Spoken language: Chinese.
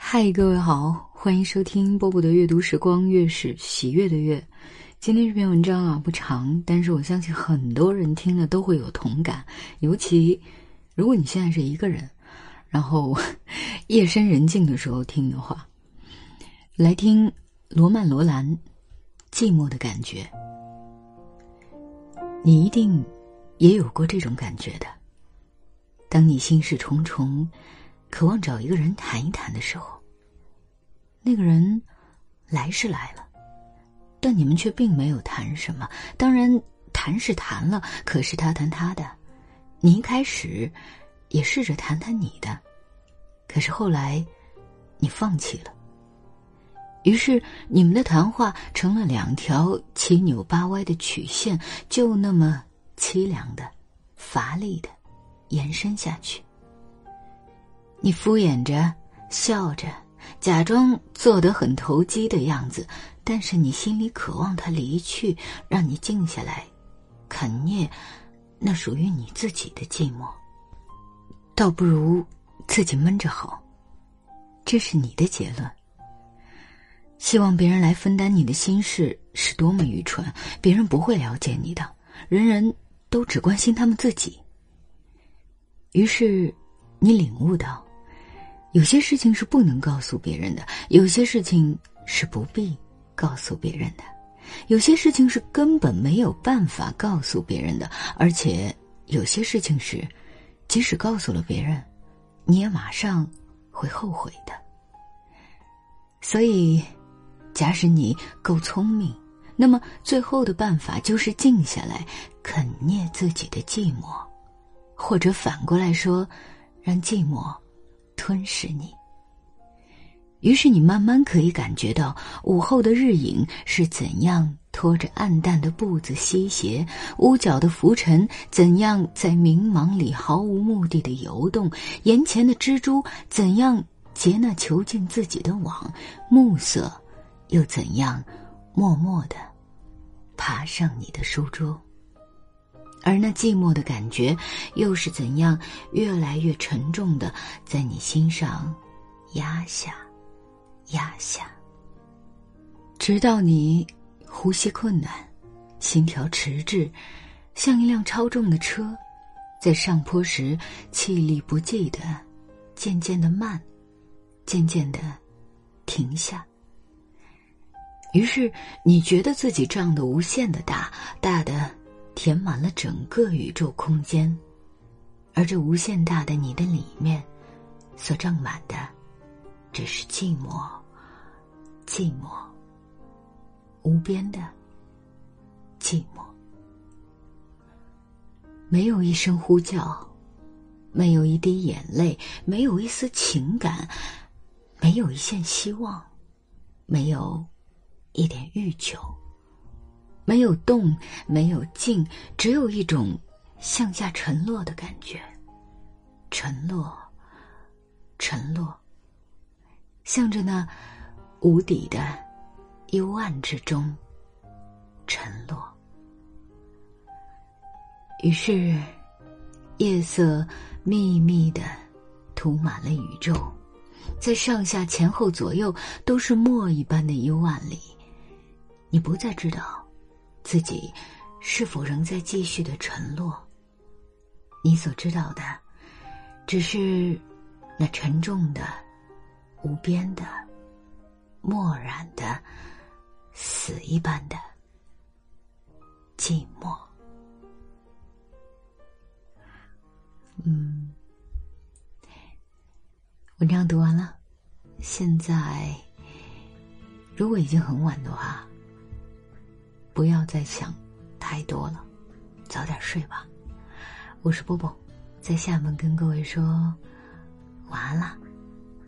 嗨，各位好，欢迎收听波波的阅读时光，月是喜悦的月。今天这篇文章啊不长，但是我相信很多人听了都会有同感，尤其如果你现在是一个人，然后夜深人静的时候听的话。来听罗曼·罗兰《寂寞的感觉》。你一定也有过这种感觉的，当你心事重重，渴望找一个人谈一谈的时候，那个人来是来了，但你们却并没有谈什么。当然谈是谈了，可是他谈他的，你一开始也试着谈谈你的，可是后来你放弃了。于是你们的谈话成了两条七扭八歪的曲线，就那么凄凉的乏力的延伸下去。你敷衍着笑着，假装做得很投机的样子，但是你心里渴望他离去，让你静下来啃啮那属于你自己的寂寞。倒不如自己闷着好，这是你的结论。希望别人来分担你的心事是多么愚蠢，别人不会了解你的，人人都只关心他们自己。于是你领悟到，有些事情是不能告诉别人的，有些事情是不必告诉别人的，有些事情是根本没有办法告诉别人的，而且有些事情是即使告诉了别人，你也马上会后悔的。所以假使你够聪明，那么最后的办法就是静下来啃啮自己的寂寞，或者反过来说，让寂寞吞噬你。于是你慢慢可以感觉到午后的日影是怎样拖着暗淡的步子西斜，屋角的浮尘怎样在迷茫里毫无目的地游动，眼前的蜘蛛怎样结那囚禁自己的网，暮色又怎样默默地爬上你的书桌，而那寂寞的感觉又是怎样越来越沉重地在你心上压下压下，直到你呼吸困难，心跳迟滞，像一辆超重的车在上坡时气力不济的渐渐的慢，渐渐的停下。于是你觉得自己胀得无限的大，大的填满了整个宇宙空间，而这无限大的你的里面所胀满的只是寂寞，寂寞，无边的寂寞。没有一声呼叫，没有一滴眼泪，没有一丝情感，没有一线希望，没有一点欲求，没有动，没有静，只有一种向下沉落的感觉，沉落，沉落，向着那无底的幽暗之中沉落。于是夜色密密地涂满了宇宙，在上下前后左右都是墨一般的幽暗里，你不再知道自己是否仍在继续的沉落，你所知道的只是那沉重的无边的漠然的死一般的寂寞。文章读完了，现在如果已经很晚的话，不要再想太多了，早点睡吧。我是波波，在厦门跟各位说晚安啦。